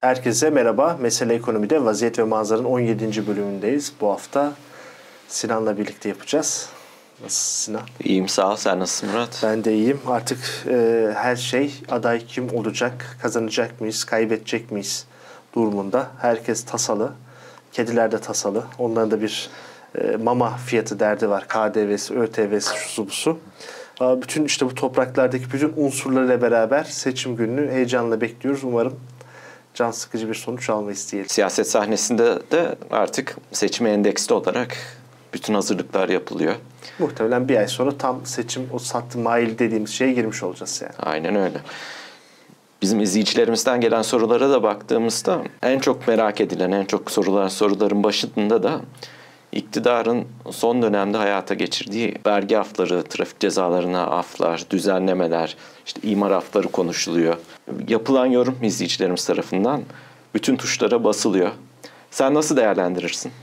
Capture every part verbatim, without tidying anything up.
Herkese merhaba. Mesele Ekonomi'de Vaziyet ve Manzara'nın on yedinci bölümündeyiz. Bu hafta Sinan'la birlikte yapacağız. Nasılsın Sinan? İyiyim, sağ ol. Sen nasılsın Murat? Ben de iyiyim. Artık e, her şey aday kim olacak, kazanacak mıyız, kaybedecek miyiz durumunda. Herkes tasalı. Kediler de tasalı. Onların da bir e, mama fiyatı derdi var. K D V'si, Ö T V'si, şusu busu. Bütün işte bu topraklardaki bütün unsurlarıyla beraber seçim gününü heyecanla bekliyoruz. Umarım can sıkıcı bir sonuç almayı isteyelim. Siyaset sahnesinde de artık seçime endeksli olarak bütün hazırlıklar yapılıyor. Muhtemelen bir ay sonra tam seçim, o sattı mail dediğimiz şeye girmiş olacağız yani. Aynen öyle. Bizim izleyicilerimizden gelen sorulara da baktığımızda en çok merak edilen, en çok sorulan soruların başında da iktidarın son dönemde hayata geçirdiği vergi afları, trafik cezalarına aflar, düzenlemeler, işte imar afları konuşuluyor. Yapılan yorum izleyicilerimiz tarafından bütün tuşlara basılıyor. Sen nasıl değerlendirirsin?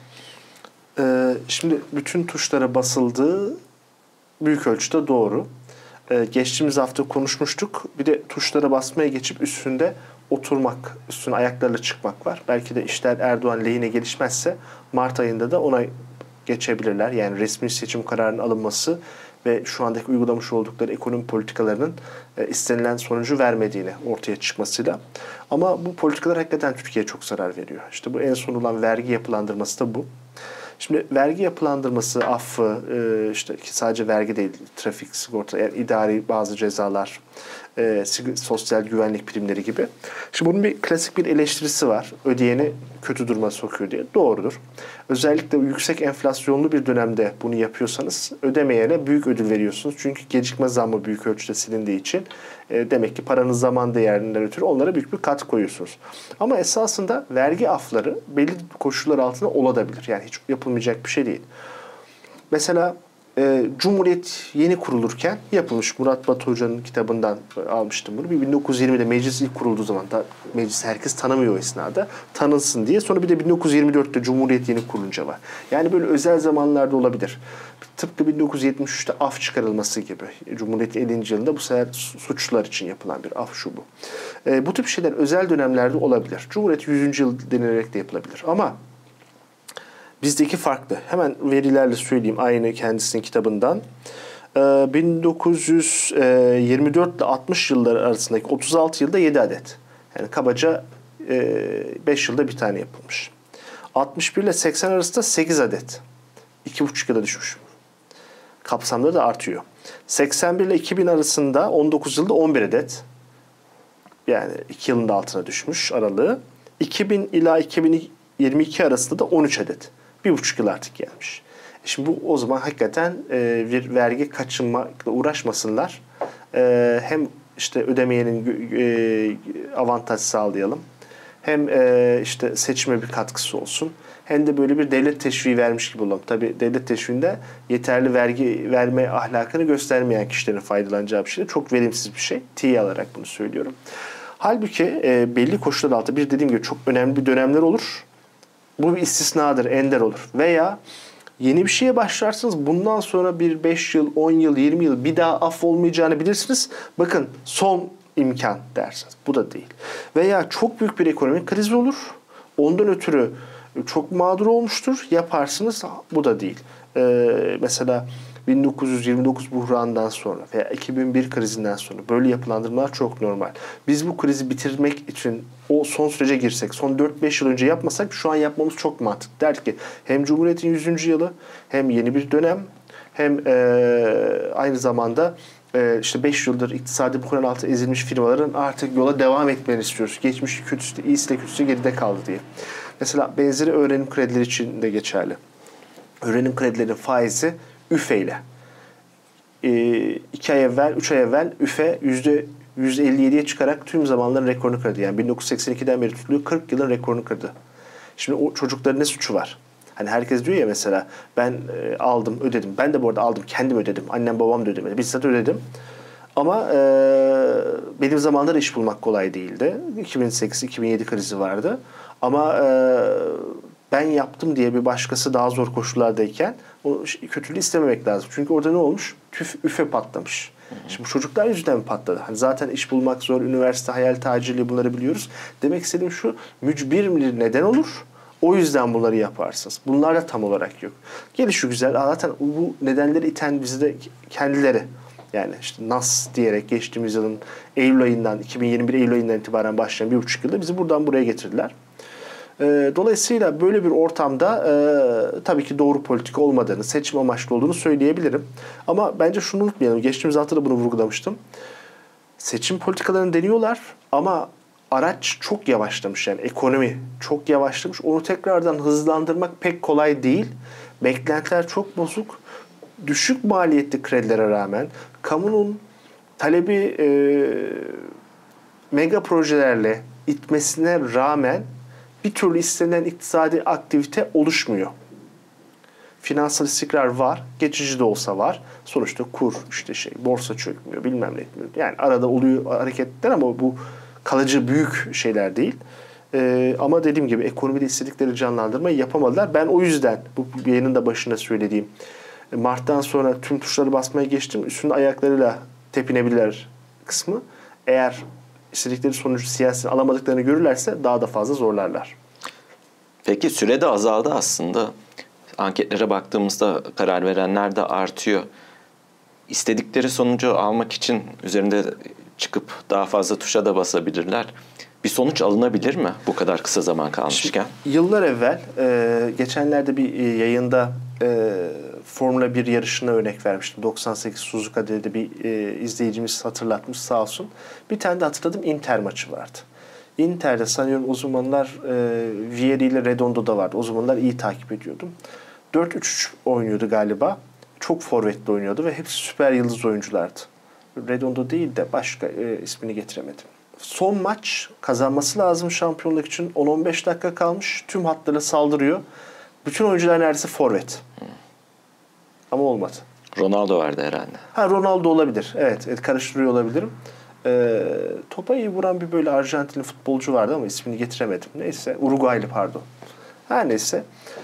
Ee, şimdi bütün tuşlara basıldığı büyük ölçüde doğru. Ee, geçtiğimiz hafta konuşmuştuk. Bir de tuşlara basmaya geçip üstünde oturmak, üstüne ayaklarla çıkmak var. Belki de işler Erdoğan lehine gelişmezse Mart ayında da ona geçebilirler. Yani resmi seçim kararının alınması ve şu andaki uygulamış oldukları ekonomi politikalarının e, istenilen sonucu vermediğini ortaya çıkmasıyla. Ama bu politikalar hakikaten Türkiye'ye çok zarar veriyor. İşte bu en son olan vergi yapılandırması da bu. Şimdi vergi yapılandırması, affı, e, işte sadece vergi değil, trafik, sigorta, yani idari bazı cezalar, e, sosyal güvenlik primleri gibi. Şimdi bunun bir klasik bir eleştirisi var. Ödeyeni kötü duruma sokuyor diye. Doğrudur. Özellikle yüksek enflasyonlu bir dönemde bunu yapıyorsanız ödemeyene büyük ödül veriyorsunuz. Çünkü gecikme zammı büyük ölçüde silindiği için e, demek ki paranın zaman değerinden ötürü onlara büyük bir kat koyuyorsunuz. Ama esasında vergi afları belli koşullar altında olabilir. Yani hiç yapılmayacak bir şey değil. Mesela e, Cumhuriyet yeni kurulurken yapılmış. Murat Batı Hoca'nın kitabından almıştım bunu. bin dokuz yüz yirmide meclis ilk kurulduğu zaman da meclis herkes tanımıyor o esnada. Tanınsın diye. Sonra bir de bin dokuz yüz yirmi dörtte Cumhuriyet yeni kurulunca var. Yani böyle özel zamanlarda olabilir. Tıpkı bin dokuz yüz yetmiş üçte af çıkarılması gibi. Cumhuriyet'in ellinci yılında bu sefer suçlular için yapılan bir af şu bu. E, bu tip şeyler özel dönemlerde olabilir. Cumhuriyet yüzüncü yıl denilerek de yapılabilir. Ama bizdeki farklı. Hemen verilerle söyleyeyim aynı kendisinin kitabından. bin dokuz yüz yirmi dört ile altmış yılları arasındaki otuz altı yılda yedi adet. Yani kabaca beş yılda bir tane yapılmış. altmış bir ile seksen arasında sekiz adet. iki buçuk yıla düşmüş. Kapsamları da artıyor. seksen bir ile iki bin arasında on dokuz yılda on bir adet. Yani iki yılın da altına düşmüş aralığı. iki bin ila iki bin yirmi iki arasında da on üç adet. Bir buçuk yıl artık gelmiş. Şimdi bu o zaman hakikaten e, bir vergi kaçınmakla uğraşmasınlar. E, hem işte ödemeyenin e, avantaj sağlayalım. Hem e, işte seçime bir katkısı olsun. Hem de böyle bir devlet teşviği vermiş gibi olalım. Tabii devlet teşviğinde yeterli vergi verme ahlakını göstermeyen kişilerin faydalanacağı bir şey. Çok verimsiz bir şey. Tiye alarak bunu söylüyorum. Halbuki e, belli koşullar altında bir dediğim gibi çok önemli bir dönemler olur. Bu bir istisnadır, ender olur. Veya yeni bir şeye başlarsınız. Bundan sonra bir beş yıl, on yıl, yirmi yıl bir daha af olmayacağını bilirsiniz. Bakın son imkan dersiniz. Bu da değil. Veya çok büyük bir ekonomik kriz olur. Ondan ötürü çok mağdur olmuştur. Yaparsınız. Bu da değil. Ee, mesela bin dokuz yüz yirmi dokuz buhranından sonra veya iki bin bir krizinden sonra böyle yapılandırmalar çok normal. Biz bu krizi bitirmek için o son sürece girsek, son dört beş yıl önce yapmasak şu an yapmamız çok mantıklı. Der ki hem Cumhuriyet'in yüzüncü yılı hem yeni bir dönem hem e, aynı zamanda e, işte beş yıldır iktisadi buhran altında ezilmiş firmaların artık yola devam etmeni istiyoruz. Geçmiş kötüsü, iyisi de kötüsü geride kaldı diye. Mesela benzeri öğrenim kredileri için de geçerli. Öğrenim kredilerinin faizi üfe ile. E, iki ay evvel, üç ay evvel üfe yüzde yüz elli yediye çıkarak tüm zamanların rekorunu kırdı. Yani bin dokuz yüz seksen ikiden beri tutuluyor, kırk yılın rekorunu kırdı. Şimdi o çocukların ne suçu var? Hani herkes diyor ya mesela ben e, aldım, ödedim. Ben de bu arada aldım, kendim ödedim. Annem babam da ödemedi. Bizzat ödedim. Ama e, benim zamanlarda iş bulmak kolay değildi. iki bin sekiz iki bin yedi krizi vardı. Ama e, ben yaptım diye bir başkası daha zor koşullardayken o kötülüğü istememek lazım. Çünkü orada ne olmuş? Tüf, üfe patlamış. Şimdi bu çocuklar yüzünden mi patladı? Hani zaten iş bulmak zor, üniversite hayal tacirliği bunları biliyoruz. Demek istediğim şu, mücbir bir neden olur. O yüzden bunları yaparsınız. Bunlar da tam olarak yok. Gelişi güzel. Zaten bu nedenleri iten bizi de kendileri. Yani işte N A S diyerek geçtiğimiz yılın Eylül ayından, iki bin yirmi bir Eylül ayından itibaren başlayan bir buçuk yılda bizi buradan buraya getirdiler. Dolayısıyla böyle bir ortamda e, tabii ki doğru politika olmadığını, seçim amaçlı olduğunu söyleyebilirim. Ama bence şunu unutmayalım. Geçtiğimiz hafta da bunu vurgulamıştım. Seçim politikalarını deniyorlar ama araç çok yavaşlamış. Yani ekonomi çok yavaşlamış. Onu tekrardan hızlandırmak pek kolay değil. Beklentiler çok bozuk. Düşük maliyetli kredilere rağmen kamunun talebi e, mega projelerle itmesine rağmen bir türlü istenilen iktisadi aktivite oluşmuyor. Finansal istikrar var, geçici de olsa var. Sonuçta kur, işte şey, borsa çökmüyor, bilmem ne etmiyor. Yani arada oluyor hareketler ama bu kalıcı büyük şeyler değil. Ee, ama dediğim gibi ekonomide istedikleri canlandırmayı yapamadılar. Ben o yüzden bu yayının da başında söylediğim Mart'tan sonra tüm tuşları basmaya geçtim. Üstünde ayaklarıyla tepinebilirler kısmı. Eğer istedikleri sonucu siyasi alamadıklarını görürlerse daha da fazla zorlarlar. Peki süre de azaldı aslında. Anketlere baktığımızda karar verenler de artıyor. İstedikleri sonucu almak için üzerinde çıkıp daha fazla tuşa da basabilirler. Bir sonuç alınabilir mi bu kadar kısa zaman kalmışken? Şimdi, yıllar evvel, e, geçenlerde bir yayında e, Formula bir yarışına örnek vermiştim. doksan sekiz Suzuka'da da bir e, izleyicimiz hatırlatmış sağ olsun. Bir tane de hatırladım, Inter maçı vardı. Inter'de sanıyorum o zamanlar e, Vieri ile Redondo'da vardı. O zamanlar iyi takip ediyordum. dört üç üç oynuyordu galiba. Çok forvetli oynuyordu ve hepsi süper yıldız oyunculardı. Redondo değil de başka e, ismini getiremedim. Son maç kazanması lazım şampiyonluk için. on on beş dakika kalmış. Tüm hatlara saldırıyor. Bütün oyuncular neredeyse forvet. Hmm. Ama olmadı. Ronaldo vardı herhalde. Ha, Ronaldo olabilir. Evet, evet karıştırıyor olabilirim. Ee, topa iyi vuran bir böyle Arjantinli futbolcu vardı ama ismini getiremedim. Neyse. Uruguaylı pardon. Her neyse.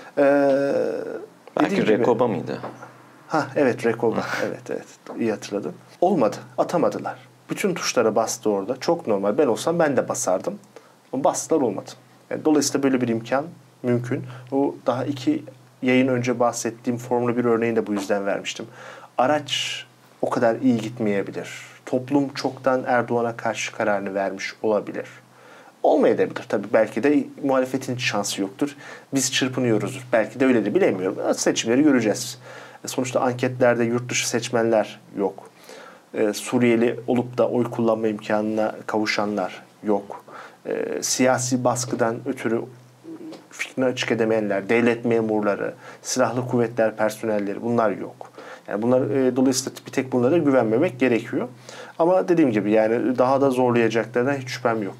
Ee, Belki Recoba mıydı? Ha evet Recoba. evet evet. İyi hatırladım. Olmadı. Atamadılar. Bütün tuşlara bastı orada. Çok normal. Ben olsam ben de basardım. Ama bastılar olmadı. Yani dolayısıyla böyle bir imkan mümkün. O daha iki yayın önce bahsettiğim Formula bir örneğini de bu yüzden vermiştim. Araç o kadar iyi gitmeyebilir. Toplum çoktan Erdoğan'a karşı kararını vermiş olabilir. Olmayabilir tabii. Belki de muhalefetin şansı yoktur. Biz çırpınıyoruzdur. Belki de öyledir. Bilemiyorum. Seçimleri göreceğiz. Sonuçta anketlerde yurt dışı seçmenler yok. Ee, Suriyeli olup da oy kullanma imkanına kavuşanlar yok. Ee, siyasi baskıdan ötürü fikrini açık edemeyenler, devlet memurları, silahlı kuvvetler personelleri bunlar yok. Yani bunlar e, dolayısıyla bir tek bunlara güvenmemek gerekiyor. Ama dediğim gibi yani daha da zorlayacaklarına hiç şüphem yok.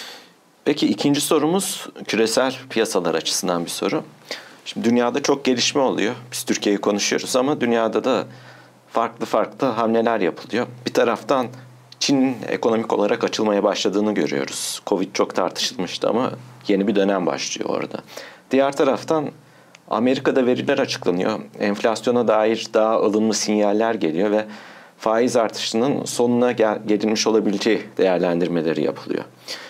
Peki ikinci sorumuz küresel piyasalar açısından bir soru. Şimdi dünyada çok gelişme oluyor. Biz Türkiye'yi konuşuyoruz ama dünyada da farklı farklı hamleler yapılıyor. Bir taraftan Çin'in ekonomik olarak açılmaya başladığını görüyoruz. Covid çok tartışılmıştı ama yeni bir dönem başlıyor orada. Diğer taraftan Amerika'da veriler açıklanıyor. Enflasyona dair daha ılımlı sinyaller geliyor ve faiz artışının sonuna gel- gelinmiş olabileceği değerlendirmeleri yapılıyor.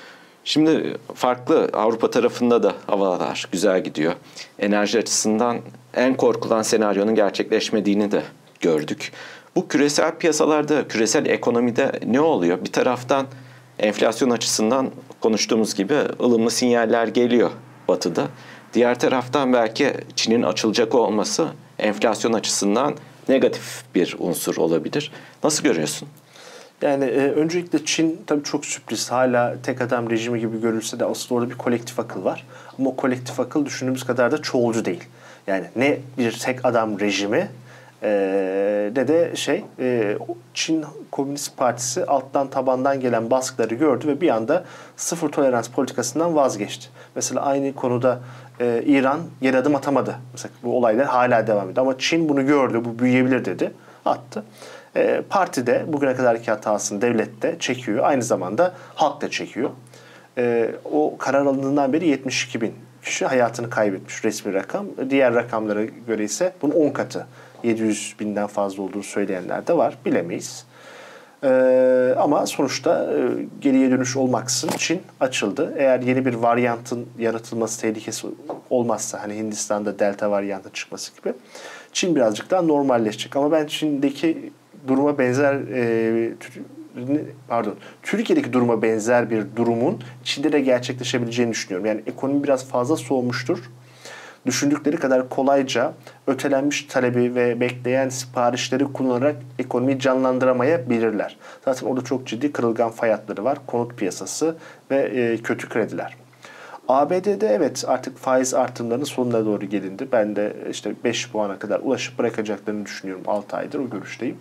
Şimdi farklı Avrupa tarafında da havalar güzel gidiyor. Enerji açısından en korkulan senaryonun gerçekleşmediğini de gördük. Bu küresel piyasalarda, küresel ekonomide ne oluyor? Bir taraftan enflasyon açısından konuştuğumuz gibi ılımlı sinyaller geliyor Batı'da. Diğer taraftan belki Çin'in açılacak olması enflasyon açısından negatif bir unsur olabilir. Nasıl görüyorsun? Yani e, öncelikle Çin tabii çok sürpriz. Hala tek adam rejimi gibi görülse de aslında orada bir kolektif akıl var. Ama o kolektif akıl düşündüğümüz kadar da çoğulcu değil. Yani ne bir tek adam rejimi e, ne de şey e, Çin Komünist Partisi alttan tabandan gelen baskıları gördü ve bir anda sıfır tolerans politikasından vazgeçti. Mesela aynı konuda e, İran geri adım atamadı. Mesela bu olaylar hala devam ediyor. Ama Çin bunu gördü, bu büyüyebilir dedi, attı. E, parti de bugüne kadarki hatasını devlet de çekiyor. Aynı zamanda halk da çekiyor. E, o karar alındığından beri yetmiş iki bin kişi hayatını kaybetmiş resmi rakam. Diğer rakamlara göre ise bunun on katı yedi yüz binden fazla olduğunu söyleyenler de var. Bilemeyiz. Ee, ama sonuçta e, geriye dönüş olmaksızın Çin açıldı. Eğer yeni bir varyantın yaratılması tehlikesi olmazsa, hani Hindistan'da delta varyantı çıkması gibi, Çin birazcık daha normalleşecek. Ama ben Çin'deki duruma benzer e, pardon Türkiye'deki duruma benzer bir durumun Çin'de de gerçekleşebileceğini düşünüyorum. Yani ekonomi biraz fazla soğumuştur. Düşündükleri kadar kolayca ötelenmiş talebi ve bekleyen siparişleri kullanarak ekonomiyi canlandıramayabilirler. Zaten orada çok ciddi kırılgan fay hatları var. Konut piyasası ve e, kötü krediler. A B D'de evet artık faiz artımlarının sonuna doğru gelindi. Ben de işte beş puana kadar ulaşıp bırakacaklarını düşünüyorum. altı aydır o görüşteyim.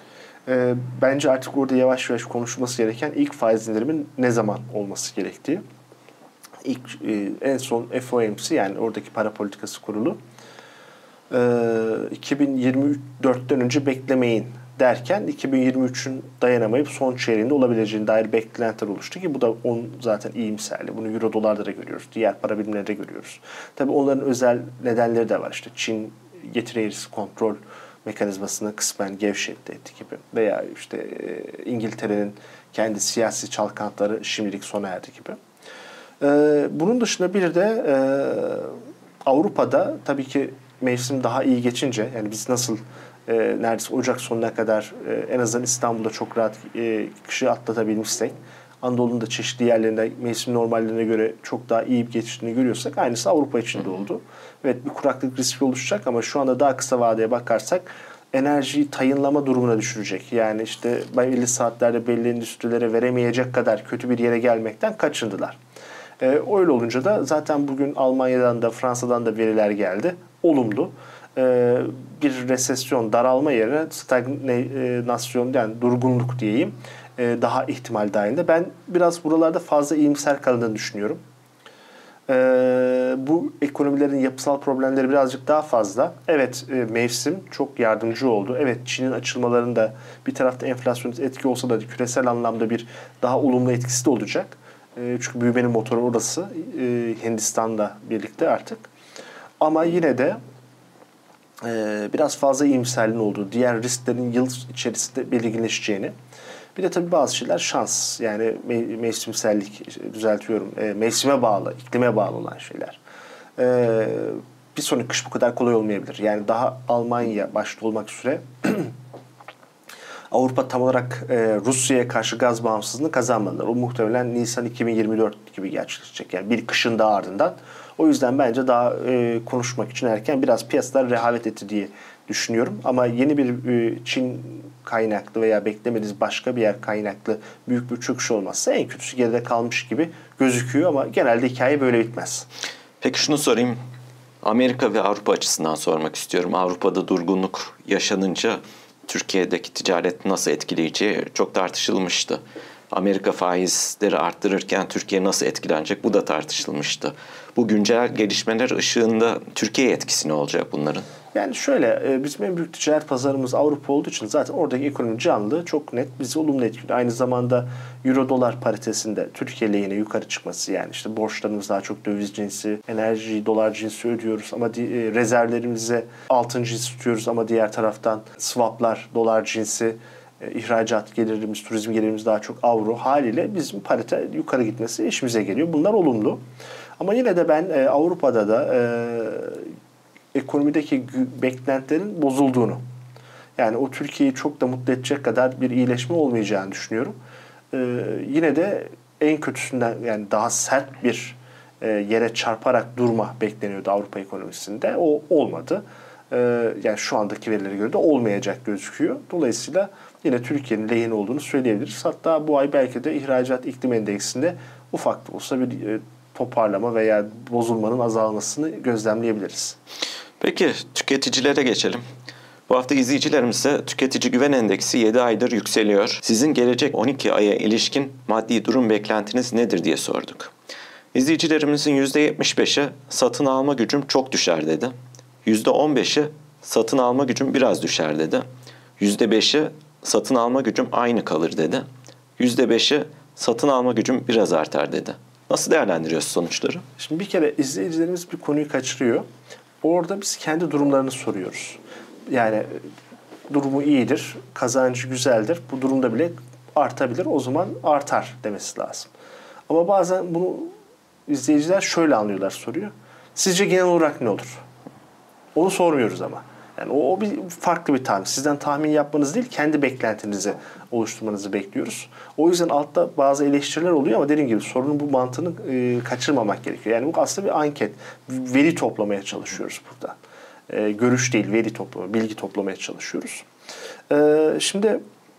E, bence artık orada yavaş yavaş konuşulması gereken ilk faiz indirimin ne zaman olması gerektiği. İlk, e, en son F O M C, yani oradaki para politikası kurulu e, iki bin yirmi dörtten önce beklemeyin derken iki bin yirmi üçün dayanamayıp son çeyreğinde olabileceğine dair beklentiler oluştu ki bu da onun zaten iyimserli. Bunu euro dolarda da görüyoruz. Diğer para birimlerinde de görüyoruz. Tabii onların özel nedenleri de var. İşte Çin getiri eğrisi kontrol mekanizmasını kısmen gevşetti etti gibi. Veya işte e, İngiltere'nin kendi siyasi çalkantıları şimdilik sona erdi gibi. Ee, bunun dışında bir de e, Avrupa'da tabii ki mevsim daha iyi geçince, yani biz nasıl e, neredeyse Ocak sonuna kadar e, en azından İstanbul'da çok rahat e, kışı atlatabilmişsek, Anadolu'nun da çeşitli yerlerinde mevsim normallerine göre çok daha iyi geçtiğini görüyorsak, aynısı Avrupa için de oldu. Evet, bir kuraklık riski oluşacak ama şu anda daha kısa vadeye bakarsak enerjiyi tayınlama durumuna düşürecek. Yani işte belli saatlerde belli endüstrilere veremeyecek kadar kötü bir yere gelmekten kaçındılar. Ee, öyle olunca da zaten bugün Almanya'dan da Fransa'dan da veriler geldi. Olumlu. Ee, bir resesyon, daralma yerine stagnasyon, yani durgunluk diyeyim, e, daha ihtimal dahilinde. Ben biraz buralarda fazla iyimser kaldığını düşünüyorum. Ee, bu ekonomilerin yapısal problemleri birazcık daha fazla. Evet, e, mevsim çok yardımcı oldu. Evet, Çin'in açılmalarında bir tarafta enflasyonist etki olsa da küresel anlamda bir daha olumlu etkisi de olacak. Çünkü büyümenin motoru orası, Hindistan'la birlikte artık. Ama yine de biraz fazla iyimserliğin olduğu, diğer risklerin yıl içerisinde belirginleşeceğini. Bir de tabii bazı şeyler şans, yani mevsimsellik, düzeltiyorum, mevsime bağlı, iklime bağlı olan şeyler. Bir sonraki kış bu kadar kolay olmayabilir. Yani daha Almanya başta olmak üzere Avrupa tam olarak e, Rusya'ya karşı gaz bağımsızlığını kazanmadılar. O muhtemelen Nisan iki bin yirmi dört gibi gerçekleşecek. Yani bir kışın daha ardından. O yüzden bence daha e, konuşmak için erken, biraz piyasalar rehavet etti diye düşünüyorum. Ama yeni bir e, Çin kaynaklı veya beklemediğiniz başka bir yer kaynaklı büyük bir çöküş olmazsa en kötüsü geride kalmış gibi gözüküyor ama genelde hikaye böyle bitmez. Peki şunu sorayım. Amerika ve Avrupa açısından sormak istiyorum. Avrupa'da durgunluk yaşanınca Türkiye'deki ticaret nasıl etkileyeceği çok tartışılmıştı. Amerika faizleri arttırırken Türkiye nasıl etkilenecek, bu da tartışılmıştı. Bu güncel gelişmeler ışığında Türkiye etkisi ne olacak bunların? Yani şöyle, bizim en büyük ticaret pazarımız Avrupa olduğu için zaten oradaki ekonomi canlı, çok net bizi olumlu etkiliyor. Aynı zamanda euro dolar paritesinde Türkiye lehine yukarı çıkması, yani işte borçlarımız daha çok döviz cinsi, enerji dolar cinsi ödüyoruz ama rezervlerimize altın cinsi tutuyoruz ama diğer taraftan swaplar dolar cinsi, ihracat gelirimiz, turizm gelirimiz daha çok avro, haliyle bizim parite yukarı gitmesi işimize geliyor. Bunlar olumlu. Ama yine de ben e, Avrupa'da da e, ekonomideki beklentilerin bozulduğunu, yani o Türkiye'yi çok da mutlu edecek kadar bir iyileşme olmayacağını düşünüyorum. E, yine de en kötüsünden, yani daha sert bir e, yere çarparak durma bekleniyordu Avrupa ekonomisinde. O olmadı. E, yani şu andaki verilere göre de olmayacak gözüküyor. Dolayısıyla yine Türkiye'nin lehine olduğunu söyleyebiliriz. Hatta bu ay belki de ihracat iklim endeksinde ufak da olsa bir e, toparlama veya bozulmanın azalmasını gözlemleyebiliriz. Peki tüketicilere geçelim. Bu hafta izleyicilerimize tüketici güven endeksi yedi aydır yükseliyor. Sizin gelecek on iki aya ilişkin maddi durum beklentiniz nedir diye sorduk. İzleyicilerimizin yüzde yetmiş beşi satın alma gücüm çok düşer dedi. yüzde on beşi satın alma gücüm biraz düşer dedi. yüzde beşi satın alma gücüm aynı kalır dedi. yüzde beşi satın alma gücüm biraz artar dedi. Nasıl değerlendiriyoruz sonuçları? Şimdi bir kere izleyicilerimiz bir konuyu kaçırıyor. Orada biz kendi durumlarını soruyoruz. Yani durumu iyidir, kazancı güzeldir. Bu durumda bile artabilir. O zaman artar demesi lazım. Ama bazen bunu izleyiciler şöyle anlıyorlar soruyor. Sizce genel olarak ne olur? Onu sormuyoruz ama. Yani o, o bir farklı bir tahmin. Sizden tahmin yapmanız değil, kendi beklentinizi oluşturmanızı bekliyoruz. O yüzden altta bazı eleştiriler oluyor ama dediğim gibi sorunun bu mantığını e, kaçırmamak gerekiyor. Yani bu aslında bir anket. Veri toplamaya çalışıyoruz burada. E, görüş değil, veri toplama, bilgi toplamaya çalışıyoruz. E, şimdi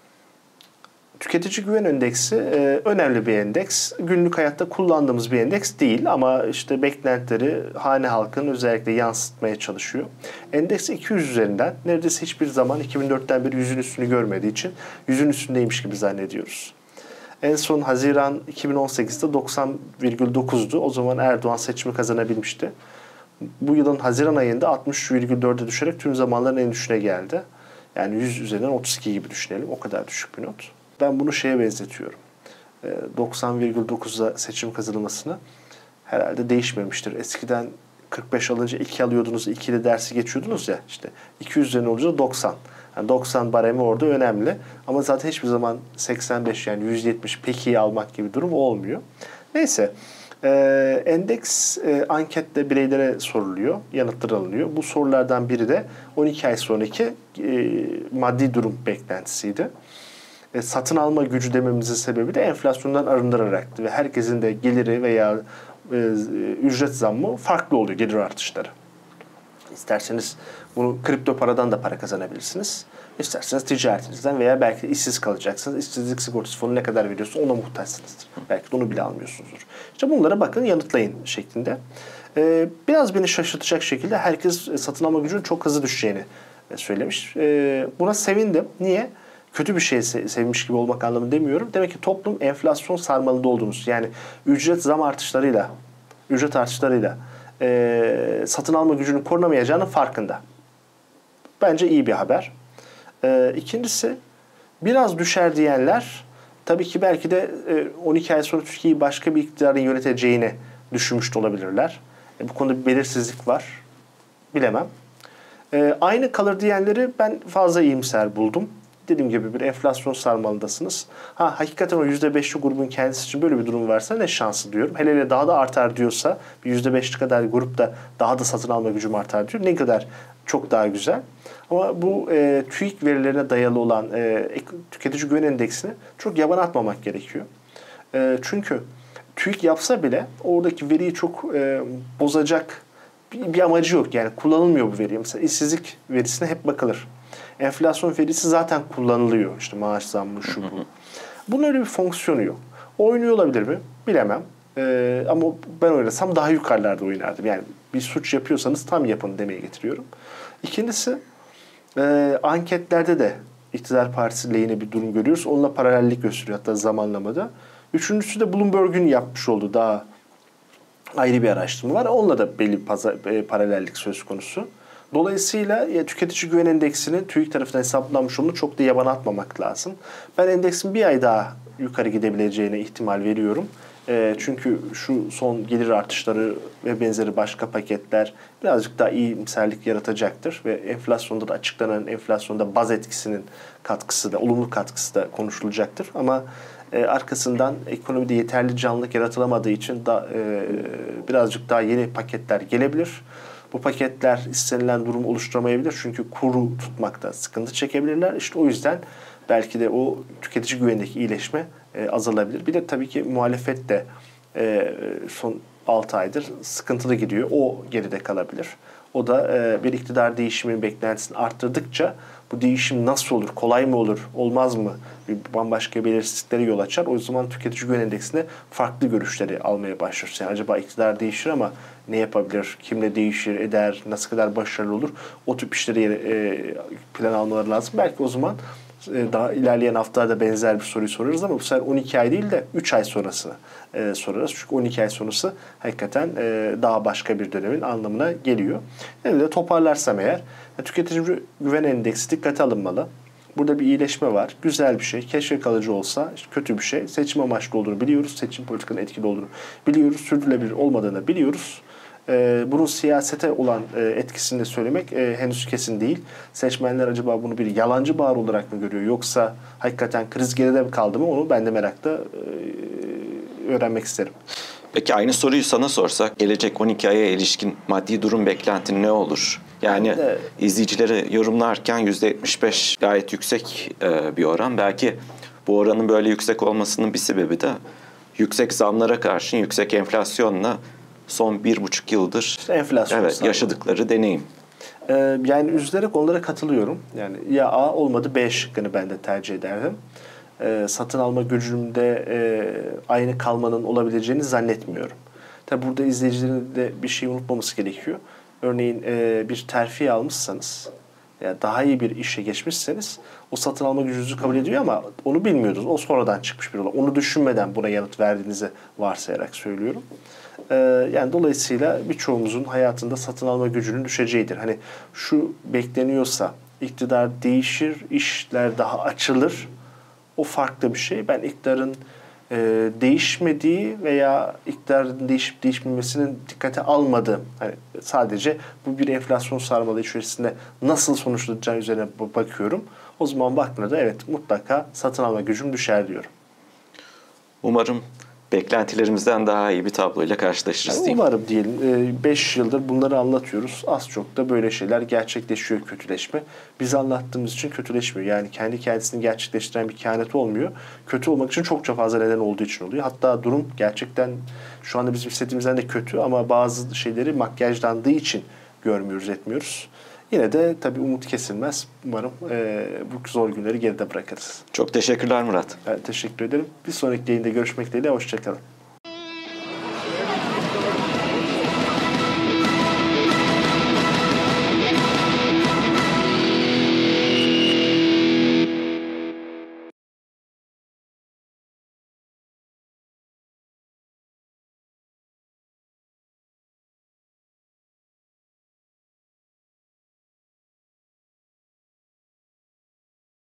Tüketici Güven Endeksi e, önemli bir endeks. Günlük hayatta kullandığımız bir endeks değil ama işte beklentileri hane halkının özellikle yansıtmaya çalışıyor. Endeks iki yüz üzerinden neredeyse hiçbir zaman iki bin dörtten beri yüzün üstünü görmediği için yüzün üstündeymiş gibi zannediyoruz. En son Haziran iki bin on sekizde doksan virgül dokuzdu. O zaman Erdoğan seçimi kazanabilmişti. Bu yılın Haziran ayında altmış virgül dörde düşerek tüm zamanların en düşüğüne geldi. Yani yüz üzerinden otuz iki gibi düşünelim. O kadar düşük bir not. Ben bunu şeye benzetiyorum. doksan virgül dokuzda seçim kazanılmasına herhalde değişmemiştir. Eskiden kırk beş alınca iki alıyordunuz, iki ile dersi geçiyordunuz ya. İşte iki yüz üzerine olunca doksan. Yani doksan baremi orada önemli. Ama zaten hiçbir zaman seksen beş yani yüz yetmiş pek iyi almak gibi durum olmuyor. Neyse. Ee, endeks e, ankette bireylere soruluyor, yanıtlar alınıyor. Bu sorulardan biri de on iki ay sonraki e, maddi durum beklentisiydi. E, satın alma gücü dememizin sebebi de enflasyondan arındıraraktı ve herkesin de geliri veya e, ücret zammı farklı oluyor, gelir artışları. İsterseniz bunu kripto paradan da para kazanabilirsiniz. İsterseniz ticaretinizden veya belki işsiz kalacaksınız. İşsizlik sigortası fonu ne kadar veriyorsa ona muhtaçsınızdır. Belki de onu bile almıyorsunuzdur. İşte bunlara bakın, yanıtlayın şeklinde. Ee, biraz beni şaşırtacak şekilde herkes satın alma gücünün çok hızlı düşeceğini söylemiş. Ee, buna sevindim. Niye? Kötü bir şey sevmiş gibi olmak anlamında demiyorum. Demek ki toplum enflasyon sarmalında olduğumuz, yani ücret zam artışlarıyla, ücret artışlarıyla e, satın alma gücünün korunamayacağının farkında. Bence iyi bir haber. E, ikincisi, biraz düşer diyenler tabii ki belki de e, on iki ay sonra Türkiye'yi başka bir iktidarın yöneteceğini düşünmüş de olabilirler. E, bu konuda bir belirsizlik var. Bilemem. E, aynı kalır diyenleri ben fazla iyimser buldum. Dediğim gibi bir enflasyon sarmalındasınız. Ha, hakikaten o yüzde beşli grubun kendisi için böyle bir durum varsa ne şansı diyorum. Hele hele daha da artar diyorsa, bir yüzde beşli kadar grupta daha da satın alma gücüm artar diyor. Ne kadar çok daha güzel. Ama bu e, TÜİK verilerine dayalı olan e, tüketici güven endeksini çok yaban atmamak gerekiyor. E, çünkü TÜİK yapsa bile oradaki veriyi çok e, bozacak bir, bir amacı yok. Yani kullanılmıyor bu veri. Mesela işsizlik verisine hep bakılır. Enflasyon verisi zaten kullanılıyor. İşte maaş zammı, şu bu. Bunun öyle bir fonksiyonu yok. Oynuyor olabilir mi? Bilemem. Ee, ama ben oynasam daha yukarılarda oynardım. Yani bir suç yapıyorsanız tam yapın demeye getiriyorum. İkincisi, e, anketlerde de iktidar partisi lehine bir durum görüyoruz. Onunla paralellik gösteriyor hatta zamanlamada. Üçüncüsü de Bloomberg'un yapmış olduğu daha ayrı bir araştırma var. Onunla da belli bir pazar, e, paralellik söz konusu. Dolayısıyla ya, tüketici güven endeksinin TÜİK tarafından hesaplanmış olduğunu çok da yabana atmamak lazım. Ben endeksin bir ay daha yukarı gidebileceğine ihtimal veriyorum. E, çünkü şu son gelir artışları ve benzeri başka paketler birazcık daha iyimserlik yaratacaktır. Ve enflasyonda da açıklanan enflasyonda baz etkisinin katkısı da, olumlu katkısı da konuşulacaktır. Ama e, arkasından ekonomide yeterli canlılık yaratılamadığı için da, e, birazcık daha yeni paketler gelebilir. Bu paketler istenilen durum oluşturamayabilir. Çünkü kuru tutmakta sıkıntı çekebilirler. İşte o yüzden belki de o tüketici güvenindeki iyileşme e, azalabilir. Bir de tabii ki muhalefet de e, son altı aydır sıkıntılı gidiyor. O geride kalabilir. O da e, bir iktidar değişiminin beklentisini arttırdıkça bu değişim nasıl olur, kolay mı olur, olmaz mı? Bir bambaşka belirsizliklere yol açar. O zaman tüketici güven endeksinde farklı görüşleri almaya başlar. Yani acaba iktidar değişir ama ne yapabilir, kimle değişir, eder, nasıl kadar başarılı olur? O tip işleri e, plan almaları lazım. Belki o zaman e, daha ilerleyen haftalarda benzer bir soruyu sorarız ama bu sefer on iki ay değil de üç ay sonrasını e, sorarız. Çünkü on iki ay sonrası hakikaten e, daha başka bir dönemin anlamına geliyor. Yani de toparlarsam eğer, tüketici güven endeksi dikkate alınmalı. Burada bir iyileşme var. Güzel bir şey. Keşke kalıcı olsa. İşte kötü bir şey. Seçim amaçlı olduğunu biliyoruz. Seçim politikanın etkili olduğunu biliyoruz. Sürdürülebilir olmadığını biliyoruz. E, bunun siyasete olan e, etkisini de söylemek e, henüz kesin değil. Seçmenler acaba bunu bir yalancı bağır olarak mı görüyor, yoksa hakikaten kriz geride mi kaldı mı, onu ben de merakla e, öğrenmek isterim. Peki aynı soruyu sana sorsak, gelecek on iki aya ilişkin maddi durum beklentin ne olur? Yani de, izleyicileri yorumlarken yüzde yetmiş beş gayet yüksek e, bir oran. Belki bu oranın böyle yüksek olmasının bir sebebi de yüksek zamlara karşın yüksek enflasyonla son bir buçuk yıldır işte enflasyon evet, yaşadıkları deneyim. Ee, yani üzülerek onlara katılıyorum. Yani ya A olmadı B şıkkını ben de tercih ederdim. Ee, satın alma gücümde e, aynı kalmanın olabileceğini zannetmiyorum. Tabi burada izleyicilerin de bir şey unutmaması gerekiyor. Örneğin e, bir terfi almışsanız, yani daha iyi bir işe geçmişseniz o satın alma gücünüzü kabul ediyor ama onu bilmiyordunuz. O sonradan çıkmış bir olay. Onu düşünmeden buna yanıt verdiğinizi varsayarak söylüyorum. Ee, yani dolayısıyla birçoğumuzun hayatında satın alma gücünün düşeceğidir. Hani şu bekleniyorsa iktidar değişir, işler daha açılır. O farklı bir şey. Ben iktidarın e, değişmediği veya iktidarın değişip değişmemesinin dikkate almadığım, hani sadece bu bir enflasyon sarmalı içerisinde nasıl sonuçlanacağı üzerine bakıyorum. O zaman baktığımda evet, mutlaka satın alma gücüm düşer diyorum. Umarım beklentilerimizden daha iyi bir tabloyla karşılaşırız yani diyeyim. Umarım diyelim. beş yıldır bunları anlatıyoruz. Az çok da böyle şeyler gerçekleşiyor, kötüleşme. Biz anlattığımız için kötüleşmiyor. Yani kendi kendisini gerçekleştiren bir kehanet olmuyor. Kötü olmak için çokça fazla neden olduğu için oluyor. Hatta durum gerçekten şu anda bizim hissettiğimizden de kötü ama bazı şeyleri makyajlandığı için görmüyoruz, etmiyoruz. Yine de tabii umut kesilmez. Umarım e, bu zor günleri geride bırakırız. Çok teşekkürler Murat. Ben teşekkür ederim. Bir sonraki yayında görüşmek dileğiyle. Hoşçakalın.